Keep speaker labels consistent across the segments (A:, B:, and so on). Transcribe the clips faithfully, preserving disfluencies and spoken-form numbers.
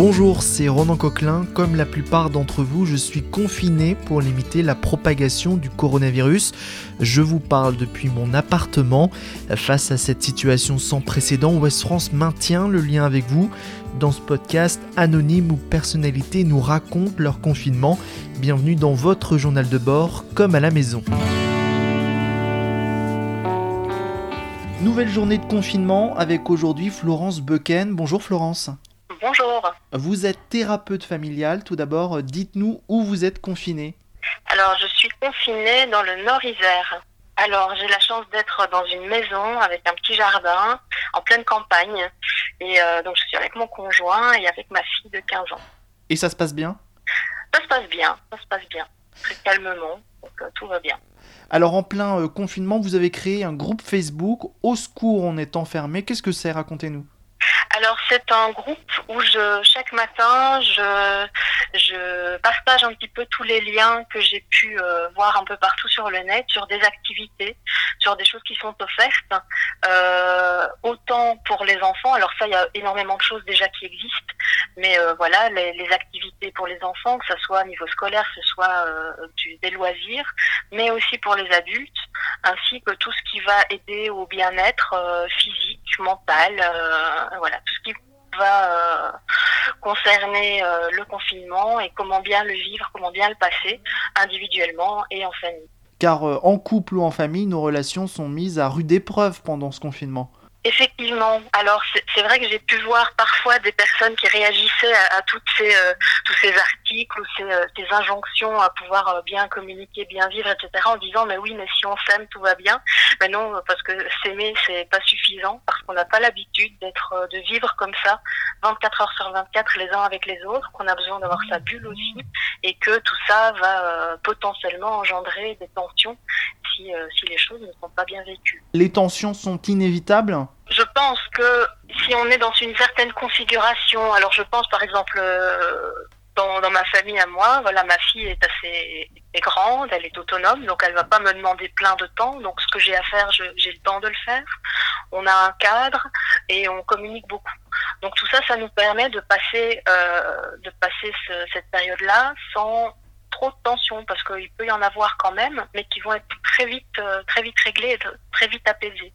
A: Bonjour, c'est Ronan Coquelin. Comme la plupart d'entre vous, je suis confiné pour limiter la propagation du coronavirus. Je vous parle depuis mon appartement. Face à cette situation sans précédent, Ouest France maintient le lien avec vous. Dans ce podcast, anonymes ou personnalités nous racontent leur confinement. Bienvenue dans votre journal de bord, comme à la maison. Nouvelle journée de confinement avec aujourd'hui Florence Becken. Bonjour Florence.
B: Bonjour.
A: Vous êtes thérapeute familiale. Tout d'abord, dites-nous où vous êtes confinée.
B: Alors, je suis confinée dans le Nord-Isère. Alors, j'ai la chance d'être dans une maison avec un petit jardin en pleine campagne. Et euh, donc, je suis avec mon conjoint et avec ma fille de quinze ans.
A: Et ça se passe bien ?
B: Ça se passe bien, ça se passe bien. Très calmement, donc euh, tout va bien.
A: Alors, en plein euh, confinement, vous avez créé un groupe Facebook « Au secours, on est enfermé ». Qu'est-ce que c'est ? Racontez-nous.
B: Alors c'est un groupe où je chaque matin je je partage un petit peu tous les liens que j'ai pu euh, voir un peu partout sur le net, sur des activités, sur des choses qui sont offertes, euh, autant pour les enfants. Alors ça, il y a énormément de choses déjà qui existent, mais euh, voilà les, les activités pour les enfants, que ce soit au niveau scolaire, que ce soit euh, du, des loisirs, mais aussi pour les adultes, ainsi que tout ce qui va aider au bien-être euh, physique, mental, euh, voilà, tout ce qui va euh, concerner euh, le confinement et comment bien le vivre, comment bien le passer individuellement et en famille.
A: Car euh, en couple ou en famille, nos relations sont mises à rude épreuve pendant ce confinement.
B: Effectivement. Alors c'est, c'est vrai que j'ai pu voir parfois des personnes qui réagissaient à, à toutes ces euh, tous ces articles ou ces, euh, ces injonctions à pouvoir euh, bien communiquer, bien vivre, et cetera en disant mais oui mais si on s'aime tout va bien. Mais non, parce que s'aimer c'est pas suffisant parce qu'on n'a pas l'habitude d'être euh, de vivre comme ça vingt-quatre heures sur vingt-quatre les uns avec les autres, qu'on a besoin d'avoir sa bulle aussi et que tout ça va euh, potentiellement engendrer des tensions si euh, si les choses ne sont pas bien vécues.
A: Les tensions sont inévitables ?
B: Je pense que si on est dans une certaine configuration, alors je pense par exemple euh, dans, dans ma famille à moi, voilà, ma fille est assez est grande, elle est autonome, donc elle va pas me demander plein de temps, donc ce que j'ai à faire, je, j'ai le temps de le faire. On a un cadre et on communique beaucoup. Donc tout ça, ça nous permet de passer euh, de passer ce, cette période-là sans trop de tensions, parce qu'il peut y en avoir quand même, mais qui vont être très vite, euh, très vite réglées, très vite apaisées.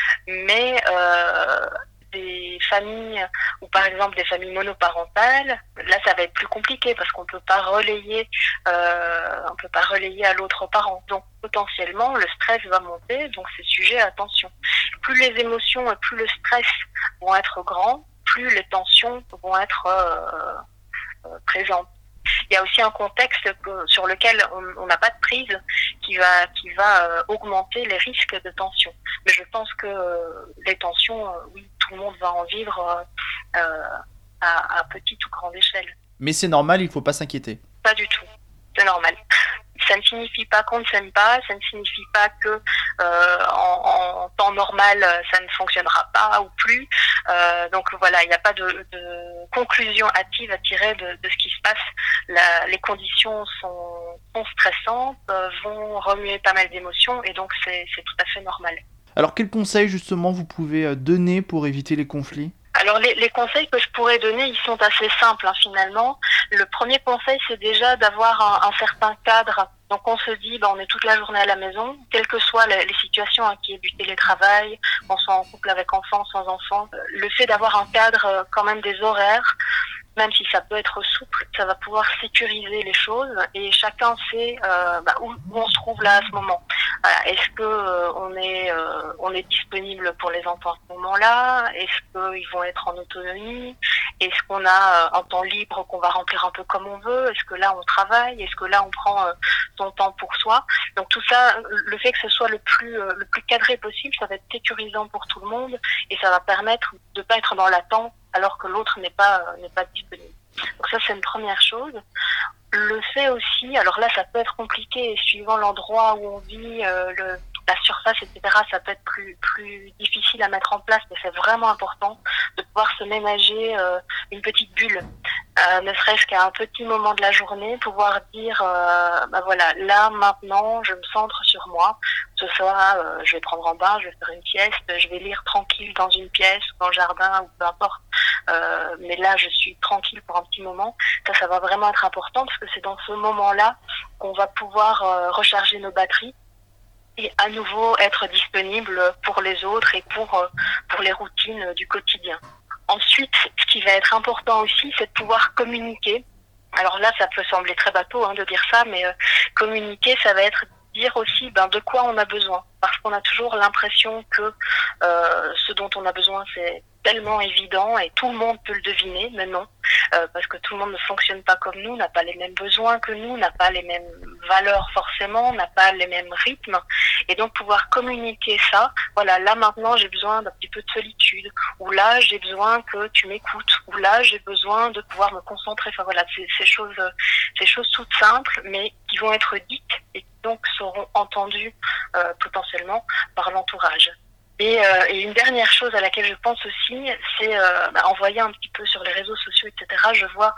B: Mais euh, des familles, ou par exemple des familles monoparentales, là ça va être plus compliqué parce qu'on peut pas relayer, euh, on peut pas relayer à l'autre parent. Donc potentiellement le stress va monter, donc c'est sujet à attention. Plus les émotions et plus le stress vont être grands, plus les tensions vont être euh, euh, présentes. Il y a aussi un contexte que, sur lequel on n'a pas de prise qui va qui va euh, augmenter les risques de tension. Mais je pense que euh, les tensions, euh, oui, tout le monde va en vivre euh, à, à petite ou grande échelle.
A: Mais c'est normal, il ne faut pas s'inquiéter.
B: Pas du tout, c'est normal. Ça ne signifie pas qu'on ne s'aime pas, ça ne signifie pas que euh, en, en temps normal ça ne fonctionnera pas ou plus. Euh, donc voilà, il n'y a pas de, de conclusion hâtive à tirer de, de ce qui se passe. La, les conditions sont, sont stressantes, euh, vont remuer pas mal d'émotions et donc c'est, c'est tout à fait normal.
A: Alors quels conseils justement vous pouvez donner pour éviter les conflits ?
B: Alors les, les conseils que je pourrais donner, ils sont assez simples hein, finalement. Le premier conseil, c'est déjà d'avoir un, un certain cadre. Donc on se dit, ben, on est toute la journée à la maison, quelles que soient les, les situations, hein, qui est du télétravail, qu'on soit en couple avec enfants, sans enfants. Le fait d'avoir un cadre, quand même des horaires, même si ça peut être souple, ça va pouvoir sécuriser les choses et chacun sait euh, bah, où, où on se trouve là à ce moment. Voilà. Est-ce que euh, on est euh, on est disponible pour les enfants à ce moment-là ? Est-ce qu'ils vont être en autonomie ? Est-ce qu'on a euh, un temps libre qu'on va remplir un peu comme on veut ? Est-ce que là on travaille ? Est-ce que là on prend euh, son temps pour soi ? Donc tout ça, le fait que ce soit le plus euh, le plus cadré possible, ça va être sécurisant pour tout le monde et ça va permettre de pas être dans l'attente alors que l'autre n'est pas euh, n'est pas disponible. Donc ça c'est une première chose. Le fait aussi, alors là ça peut être compliqué suivant l'endroit où on vit, euh, le, la surface, et cetera. Ça peut être plus plus difficile à mettre en place, mais c'est vraiment important de pouvoir se ménager euh, une petite bulle, euh, ne serait-ce qu'à un petit moment de la journée, pouvoir dire, euh, bah voilà, là maintenant je me centre sur moi. Ce soir, euh, je vais prendre un bain, je vais faire une sieste, je vais lire tranquille dans une pièce, dans le jardin ou peu importe. euh, mais là je suis tranquille pour un petit moment. Ça, ça va vraiment être important parce que c'est dans ce moment-là qu'on va pouvoir euh, recharger nos batteries et à nouveau être disponible pour les autres et pour euh, pour les routines du quotidien. Ensuite, ce qui va être important aussi, c'est de pouvoir communiquer. Alors là, ça peut sembler très bateau hein, de dire ça, mais euh, communiquer, ça va être dire aussi ben, de quoi on a besoin. Parce qu'on a toujours l'impression que euh, ce dont on a besoin, c'est tellement évident et tout le monde peut le deviner, mais non. Euh, parce que tout le monde ne fonctionne pas comme nous, n'a pas les mêmes besoins que nous, n'a pas les mêmes valeurs forcément, n'a pas les mêmes rythmes. Et donc pouvoir communiquer ça, voilà, là maintenant j'ai besoin d'un petit peu de solitude, ou là j'ai besoin que tu m'écoutes, ou là j'ai besoin de pouvoir me concentrer. Enfin voilà, c'est ces choses, ces choses toutes simples, mais qui vont être dites et qui donc seront entendues euh, potentiellement par l'entourage. Et, euh, et une dernière chose à laquelle je pense aussi, c'est euh, bah, envoyer un petit peu sur les réseaux sociaux, et cetera. Je vois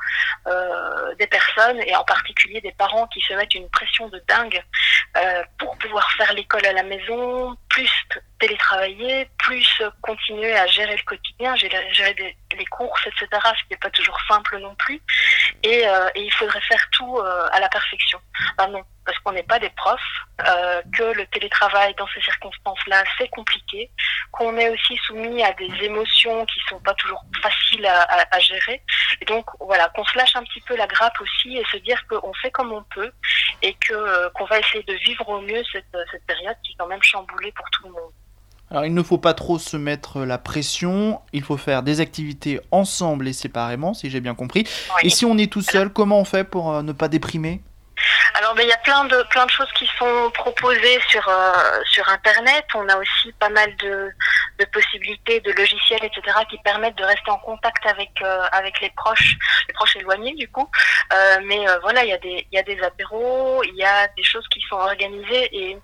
B: euh, des personnes, et en particulier des parents, qui se mettent une pression de dingue euh, pour pouvoir faire l'école à la maison, plus télétravailler, plus continuer à gérer le quotidien, gérer, gérer des, les courses, et cetera. Ce qui n'est pas toujours simple non plus. Et, euh, et il faudrait faire tout euh, à la perfection. Ben non, parce qu'on n'est pas des profs, euh, que le télétravail dans ces circonstances-là, c'est compliqué, qu'on est aussi soumis à des émotions qui sont pas toujours faciles à, à, à gérer. Et donc, voilà, qu'on se lâche un petit peu la grappe aussi et se dire qu'on fait comme on peut et que euh, qu'on va essayer de vivre au mieux cette, cette période qui est quand même chamboulée pour tout le monde.
A: Alors il ne faut pas trop se mettre la pression, il faut faire des activités ensemble et séparément, si j'ai bien compris. Oui. Et si on est tout seul, comment on fait pour euh, ne pas déprimer ?
B: Alors, ben, il y a plein de plein de choses qui sont proposées sur euh, sur Internet. On a aussi pas mal de de possibilités, de logiciels, et cetera, qui permettent de rester en contact avec euh, avec les proches, les proches éloignés du coup. Euh, mais euh, voilà, il y a des il y a des apéros, il y a des choses qui sont organisées et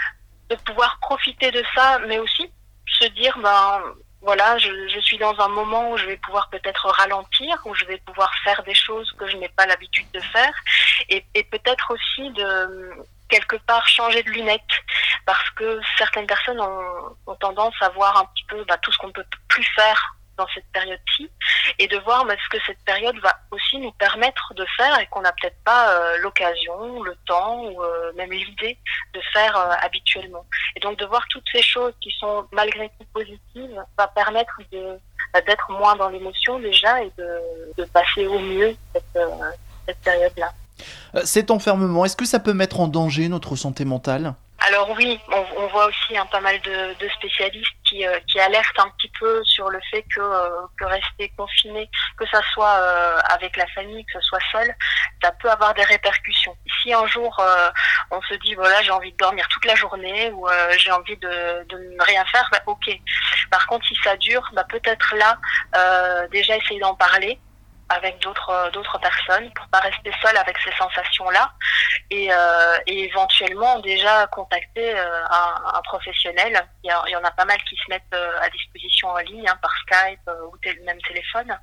B: de pouvoir profiter de ça, mais aussi se dire ben voilà, je, je suis dans un moment où je vais pouvoir peut-être ralentir, où je vais pouvoir faire des choses que je n'ai pas l'habitude de faire, et, et peut-être aussi de quelque part changer de lunettes, parce que certaines personnes ont, ont tendance à voir un petit peu bah, tout ce qu'on ne peut plus faire dans cette période-ci, et de voir bah, ce que cette période va aussi nous permettre de faire et qu'on n'a peut-être pas euh, l'occasion, le temps ou euh, même l'idée de faire euh, habituellement. Et donc de voir toutes ces choses qui sont malgré tout positives va permettre de, bah, d'être moins dans l'émotion déjà et de, de passer au mieux cette, euh, cette période-là.
A: Euh, cet enfermement, est-ce que ça peut mettre en danger notre santé mentale ?
B: Alors oui, on, on voit aussi hein, pas mal de, de spécialistes qui, euh, qui alertent un petit peu sur le fait que, euh, que rester confiné, que ça soit euh, avec la famille, que ce soit seul, ça peut avoir des répercussions. Si un jour euh, on se dit voilà j'ai envie de dormir toute la journée ou euh, j'ai envie de, de ne rien faire, bah, ok. Par contre si ça dure, bah, peut-être là euh, déjà essayer d'en parler avec d'autres d'autres personnes pour pas rester seul avec ces sensations là et, euh, et éventuellement déjà contacter euh, un, un professionnel. Il y, a, il y en a pas mal qui se mettent euh, à disposition en ligne hein, par Skype euh, ou tel, même téléphone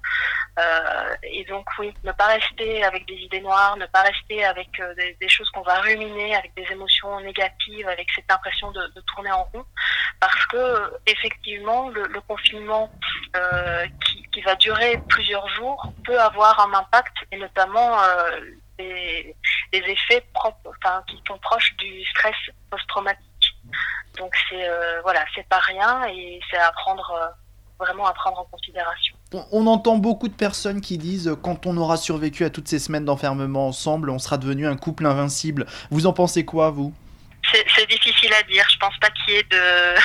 B: euh, et donc oui, ne pas rester avec des idées noires, ne pas rester avec euh, des, des choses qu'on va ruminer, avec des émotions négatives, avec cette impression de, de tourner en rond, parce que effectivement le, le confinement euh, qui, qui va durer plusieurs jours peut avoir un impact et notamment euh, des, des effets propres, enfin, qui sont proches du stress post-traumatique. Donc c'est euh, voilà, c'est pas rien et c'est à prendre euh, vraiment à prendre en considération.
A: On, on entend beaucoup de personnes qui disent euh, quand on aura survécu à toutes ces semaines d'enfermement ensemble, on sera devenu un couple invincible. Vous en pensez quoi, vous ?
B: C'est, c'est difficile à dire. Je pense pas qu'il y ait de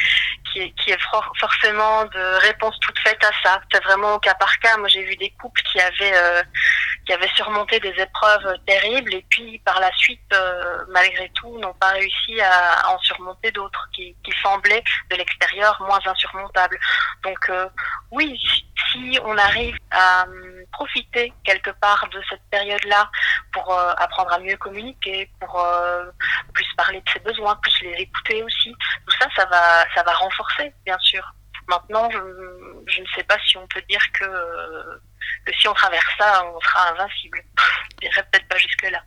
B: qui est, qui est for- forcément de réponse toute faite à ça. C'est vraiment au cas par cas. Moi, j'ai vu des couples qui avaient euh, qui avaient surmonté des épreuves terribles et puis par la suite, euh, malgré tout, n'ont pas réussi à, à en surmonter d'autres qui, qui semblaient de l'extérieur moins insurmontables. Donc euh, oui, si on arrive à euh, profiter quelque part de cette période-là pour euh, apprendre à mieux communiquer, pour euh, plus parler de ses besoins, plus les écouter aussi, tout ça, ça va, ça va renforcer, bien sûr. Maintenant, je, je ne sais pas si on peut dire que, euh, que si on traverse ça, on sera invincible. Je dirais peut-être pas jusque-là.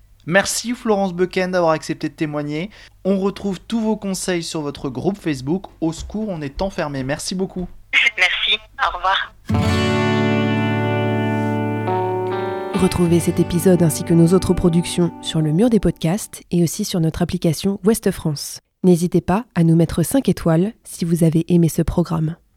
A: Merci Florence Becken d'avoir accepté de témoigner. On retrouve tous vos conseils sur votre groupe Facebook. Au secours, on est enfermé. Merci beaucoup.
B: Merci, au revoir.
C: Retrouvez cet épisode ainsi que nos autres productions sur le mur des podcasts et aussi sur notre application Ouest France. N'hésitez pas à nous mettre cinq étoiles si vous avez aimé ce programme.